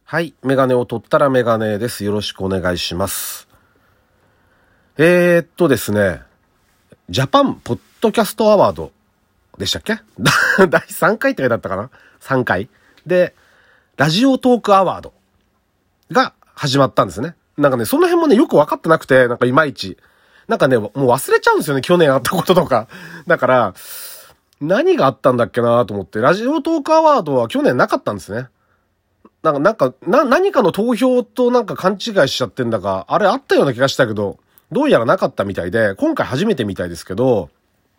はい。メガネを取ったらメガネです。よろしくお願いします。ですね。ジャパンポッドキャストアワードでしたっけ第3回って書いてあったかな ?3 回。で、ラジオトークアワードが始まったんですね。なんかね、その辺もね、よく分かってなくて、なんかいまいち。なんかね、もう忘れちゃうんですよね。去年あったこととか。だから、何があったんだっけなと思って、ラジオトークアワードは去年なかったんですね。何かの投票となんか勘違いしちゃってんだか、あれあったような気がしたけど、どうやらなかったみたいで、今回初めてみたいですけど、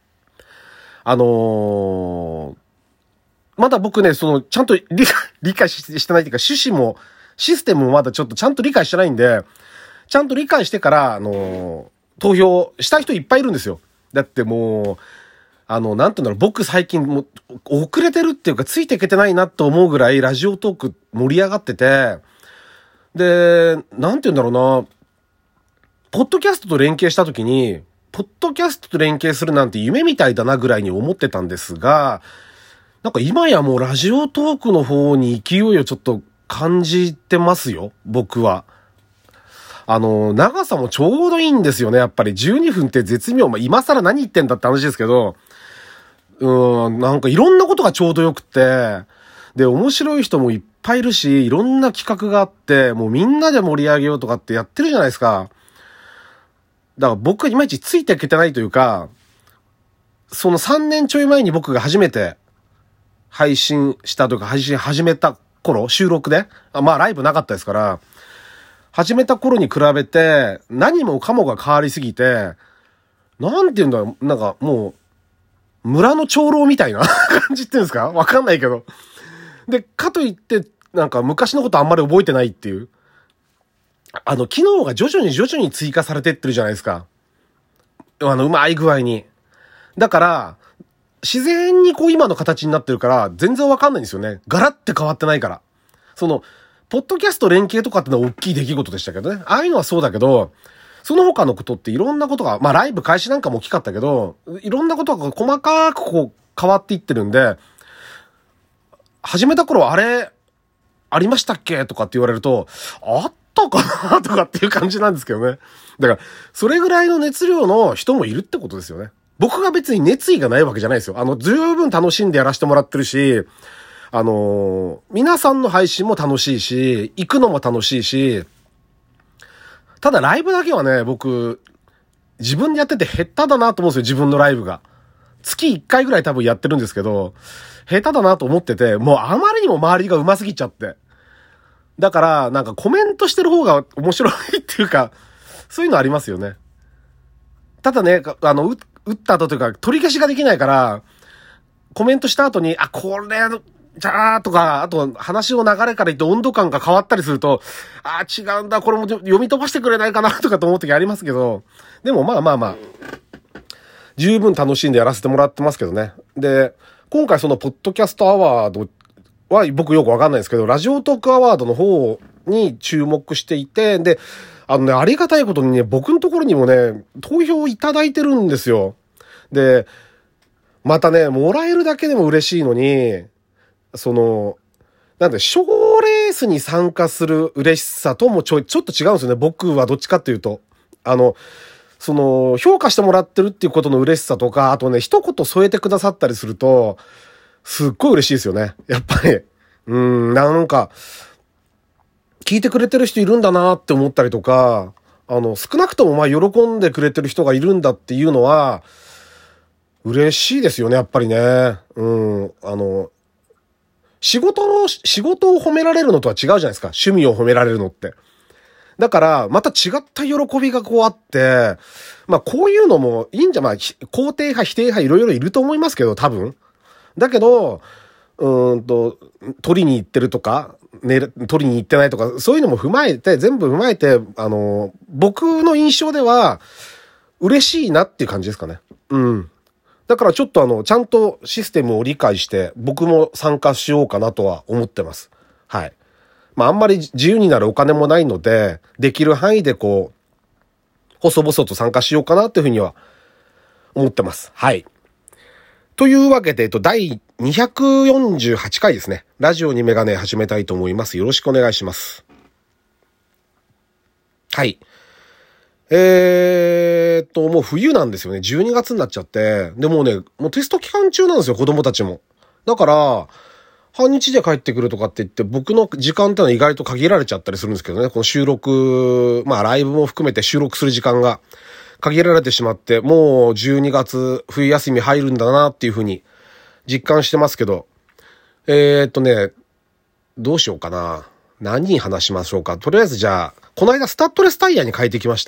まだ僕ね、ちゃんと理解してないっていうか、趣旨も、システムもまだちょっとちゃんと理解してないんで、ちゃんと理解してから、投票した人いっぱいいるんですよ。だってもう、なんていうんだろう、僕最近も遅れてるっていうか、ついていけてないなと思うぐらい、ラジオトーク盛り上がってて、で、なんていうんだろうな、ポッドキャストと連携した時に、ポッドキャストと連携するなんて夢みたいだなぐらいに思ってたんですが、なんか今やもうラジオトークの方に勢いをちょっと感じてますよ、僕は。長さもちょうどいいんですよね、やっぱり。12分って絶妙。まあ、今更何言ってんだって話ですけど、なんかいろんなことがちょうどよくて、で、面白い人もいっぱいいるし、いろんな企画があって、もうみんなで盛り上げようとかってやってるじゃないですか。だから僕はいまいちついていけてないというか、その3年ちょい前に僕が初めて配信したというか、配信始めた頃、収録で、まあライブなかったですから、始めた頃に比べて、何もかもが変わりすぎて、なんて言うんだろう、なんかもう、村の長老みたいな感じっていうんですか？わかんないけど。で、かといって、なんか昔のことあんまり覚えてないっていう。機能が徐々に追加されてってるじゃないですか。うまい具合に。だから、自然にこう今の形になってるから、全然わかんないんですよね。ガラって変わってないから。ポッドキャスト連携とかってのは大きい出来事でしたけどね。ああいうのはそうだけど、その他のことっていろんなことが、まあライブ開始なんかも大きかったけど、いろんなことが細かくこう変わっていってるんで、始めた頃あれ、ありましたっけとかって言われると、あったかなとかっていう感じなんですけどね。だから、それぐらいの熱量の人もいるってことですよね。僕が別に熱意がないわけじゃないですよ。十分楽しんでやらせてもらってるし、皆さんの配信も楽しいし、行くのも楽しいし、ただライブだけはね、僕、自分でやってて下手だなと思うんですよ、自分のライブが。月1回ぐらい多分やってるんですけど、下手だなと思ってて、もうあまりにも周りが上手すぎちゃって。だから、なんかコメントしてる方が面白いっていうか、そういうのありますよね。ただね、打った後というか、取り消しができないから、コメントした後に、これ、じゃあとか、あと話の流れから言って温度感が変わったりすると、違うんだ、これも読み飛ばしてくれないかなとかと思う時ありますけど、でもまあ、十分楽しんでやらせてもらってますけどね。で、今回そのポッドキャストアワードは僕よくわかんないですけど、ラジオトークアワードの方に注目していて、で、ありがたいことにね、僕のところにもね、投票いただいてるんですよ。で、またね、もらえるだけでも嬉しいのに、なんで、賞レースに参加する嬉しさともちょっと違うんですよね。僕はどっちかっていうと。評価してもらってるっていうことの嬉しさとか、あとね、一言添えてくださったりすると、すっごい嬉しいですよね。やっぱり。なんか、聞いてくれてる人いるんだなって思ったりとか、少なくともまあ喜んでくれてる人がいるんだっていうのは、嬉しいですよね、やっぱりね。仕事を褒められるのとは違うじゃないですか。趣味を褒められるのって。だから、また違った喜びがこうあって、まあこういうのもいいんじゃ、まあ肯定派、否定派いろいろいると思いますけど、多分。だけど、取りに行ってるとか、ね、取りに行ってないとか、そういうのも踏まえて、全部踏まえて、僕の印象では、嬉しいなっていう感じですかね。うん。だからちょっとちゃんとシステムを理解して、僕も参加しようかなとは思ってます。はい。まああんまり自由になるお金もないので、できる範囲でこう、細々と参加しようかなっていうふうには思ってます。はい。 というわけで、第248回ですね。ラジオにメガネ始めたいと思います。よろしくお願いします。はい。もう冬なんですよね。12月になっちゃって。で、もうね、もうテスト期間中なんですよ、子供たちも。だから、半日で帰ってくるとかって言って、僕の時間ってのは意外と限られちゃったりするんですけどね。この収録、ライブも含めて収録する時間が限られてしまって、もう12月冬休み入るんだなっていう風に実感してますけど。どうしようかな。何話しましょうか。とりあえずじゃあ、この間スタッドレスタイヤに変えてきました。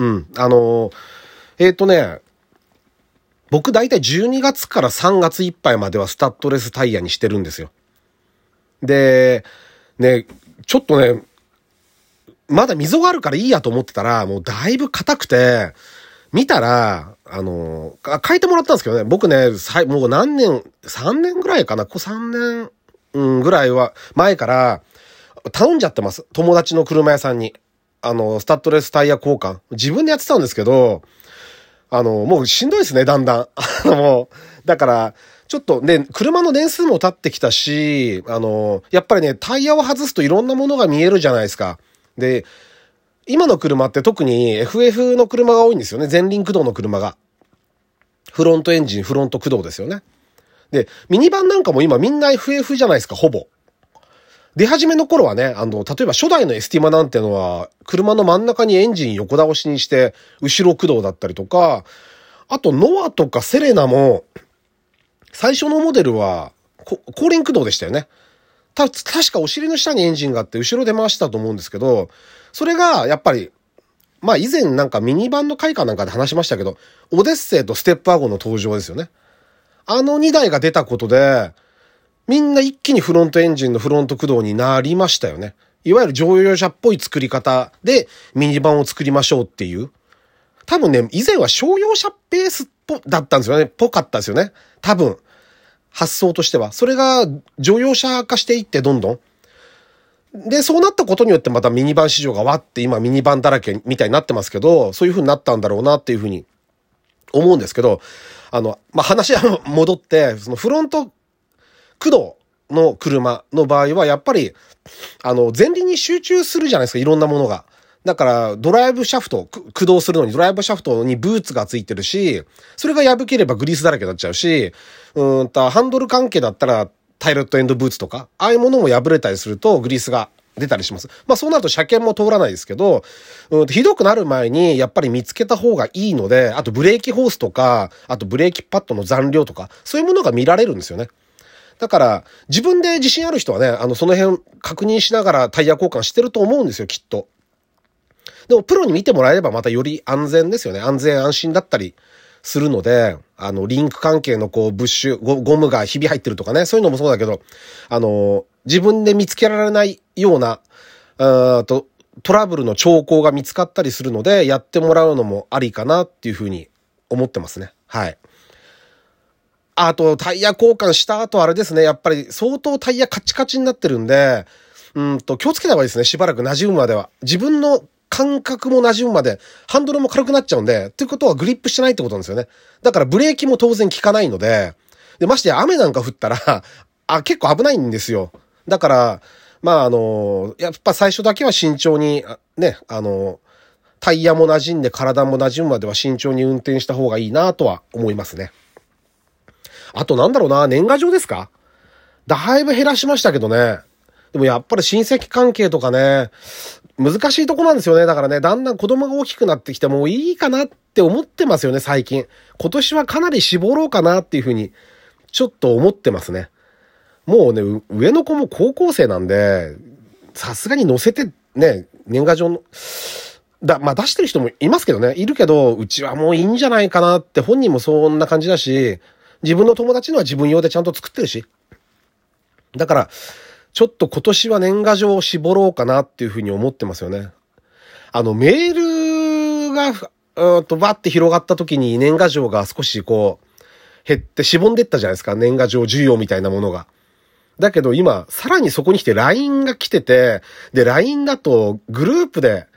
僕だいたい12月から3月いっぱいまではスタッドレスタイヤにしてるんですよ。で、ね、ちょっとね、まだ溝があるからいいやと思ってたら、もうだいぶ硬くて、見たら、変えてもらったんですけどね、僕ね、もう何年、3年ぐらいかな、3年、ぐらいは前から頼んじゃってます。友達の車屋さんに。スタッドレスタイヤ交換。自分でやってたんですけど、もうしんどいですね、だんだん。もう、だから、ちょっとね、車の年数も経ってきたし、やっぱりね、タイヤを外すといろんなものが見えるじゃないですか。で、今の車って特に FF の車が多いんですよね。前輪駆動の車が。フロントエンジン、フロント駆動ですよね。で、ミニバンなんかも今みんな FF じゃないですか、ほぼ。出始めの頃はね、例えば初代のエスティマなんてのは、車の真ん中にエンジン横倒しにして、後ろ駆動だったりとか、あとノアとかセレナも、最初のモデルは、後輪駆動でしたよね。確かお尻の下にエンジンがあって、後ろで回してたと思うんですけど、それが、やっぱり、以前なんかミニバンの回かなんかで話しましたけど、オデッセイとステップワゴンの登場ですよね。2台が出たことで、みんな一気にフロントエンジンのフロント駆動になりましたよね。いわゆる乗用車っぽい作り方でミニバンを作りましょうっていう。多分ね、以前は商用車ベースだったんですよね。ぽかったですよね。多分。発想としては。それが乗用車化していってどんどん。で、そうなったことによってまたミニバン市場がわって今ミニバンだらけみたいになってますけど、そういう風になったんだろうなっていう風に思うんですけど、話は戻って、そのフロント駆動の車の場合は、やっぱり、前輪に集中するじゃないですか、いろんなものが。だから、ドライブシャフト、駆動するのにドライブシャフトにブーツがついてるし、それが破ければグリースだらけになっちゃうし、ハンドル関係だったら、タイロットエンドブーツとか、ああいうものも破れたりするとグリースが出たりします。そうなると車検も通らないですけど、ひどくなる前にやっぱり見つけた方がいいので、あとブレーキホースとか、あとブレーキパッドの残量とか、そういうものが見られるんですよね。だから、自分で自信ある人はね、その辺確認しながらタイヤ交換してると思うんですよ、きっと。でも、プロに見てもらえればまたより安全ですよね。安全安心だったりするので、リンク関係のブッシュ、ゴムがひび入ってるとかね、そういうのもそうだけど、自分で見つけられないような、トラブルの兆候が見つかったりするので、やってもらうのもありかなっていうふうに思ってますね。はい。あと、タイヤ交換した後あれですね。やっぱり相当タイヤカチカチになってるんで、気をつけた方がいいですね。しばらく馴染むまでは。自分の感覚も馴染むまで、ハンドルも軽くなっちゃうんで、っていうことはグリップしてないってことなんですよね。だからブレーキも当然効かないので、ましてや雨なんか降ったら、結構危ないんですよ。だから、やっぱ最初だけは慎重に、ね、タイヤも馴染んで体も馴染むまでは慎重に運転した方がいいなとは思いますね。あとなんだろうな、年賀状ですか？だいぶ減らしましたけどね。でもやっぱり親戚関係とかね、難しいとこなんですよね。だからね、だんだん子供が大きくなってきてもういいかなって思ってますよね、最近。今年はかなり絞ろうかなっていうふうに、ちょっと思ってますね。もうね、上の子も高校生なんで、さすがに乗せてね、年賀状の、出してる人もいますけどね、いるけど、うちはもういいんじゃないかなって本人もそんな感じだし、自分の友達のは自分用でちゃんと作ってるし。だから、ちょっと今年は年賀状を絞ろうかなっていうふうに思ってますよね。メールが、バッて広がった時に年賀状が少し減ってしぼんでったじゃないですか。年賀状需要みたいなものが。だけど今、さらにそこに来て LINE が来てて、で、LINE だとグループで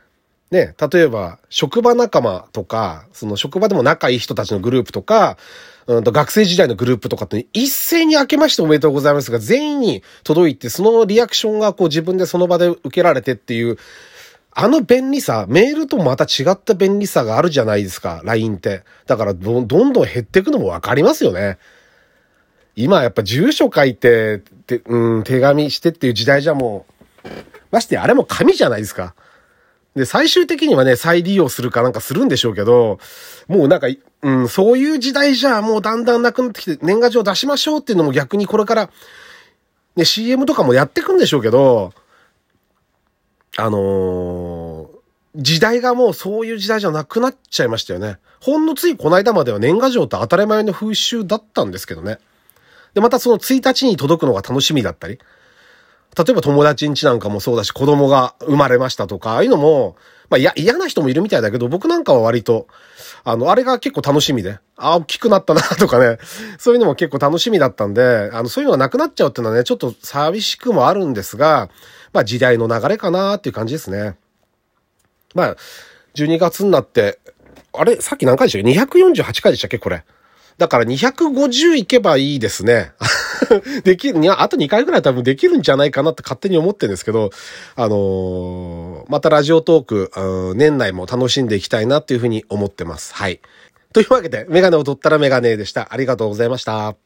ね、例えば、職場仲間とか、その職場でも仲いい人たちのグループとか、学生時代のグループとかって一斉に明けましておめでとうございますが、全員に届いて、そのリアクションがこう自分でその場で受けられてっていう、あの便利さ、メールともまた違った便利さがあるじゃないですか、LINE って。だからどんどん減っていくのもわかりますよね。今やっぱ住所書いて、手紙してっていう時代じゃもう、ましてあれも紙じゃないですか。で、最終的にはね、再利用するかなんかするんでしょうけど、もうなんか、そういう時代じゃもうだんだんなくなってきて、年賀状出しましょうっていうのも逆にこれから、ね、CM とかもやってくんでしょうけど、時代がもうそういう時代じゃなくなっちゃいましたよね。ほんのついこの間までは年賀状って当たり前の風習だったんですけどね。で、またその1日に届くのが楽しみだったり。例えば友達ん家なんかもそうだし、子供が生まれましたとか、ああいうのも、まあ、嫌な人もいるみたいだけど、僕なんかは割と、あれが結構楽しみで、大きくなったなとかね、そういうのも結構楽しみだったんで、そういうのがなくなっちゃうっていうのはね、ちょっと寂しくもあるんですが、まあ時代の流れかなっていう感じですね。まあ、12月になって、あれさっき何回でしたっけ ?248 回でしたっけこれ。だから250いけばいいですね。できる、あと2回ぐらい多分できるんじゃないかなって勝手に思ってるんですけど、またラジオトーク、年内も楽しんでいきたいなっていうふうに思ってます。はい。というわけで、メガネを取ったらメガネでした。ありがとうございました。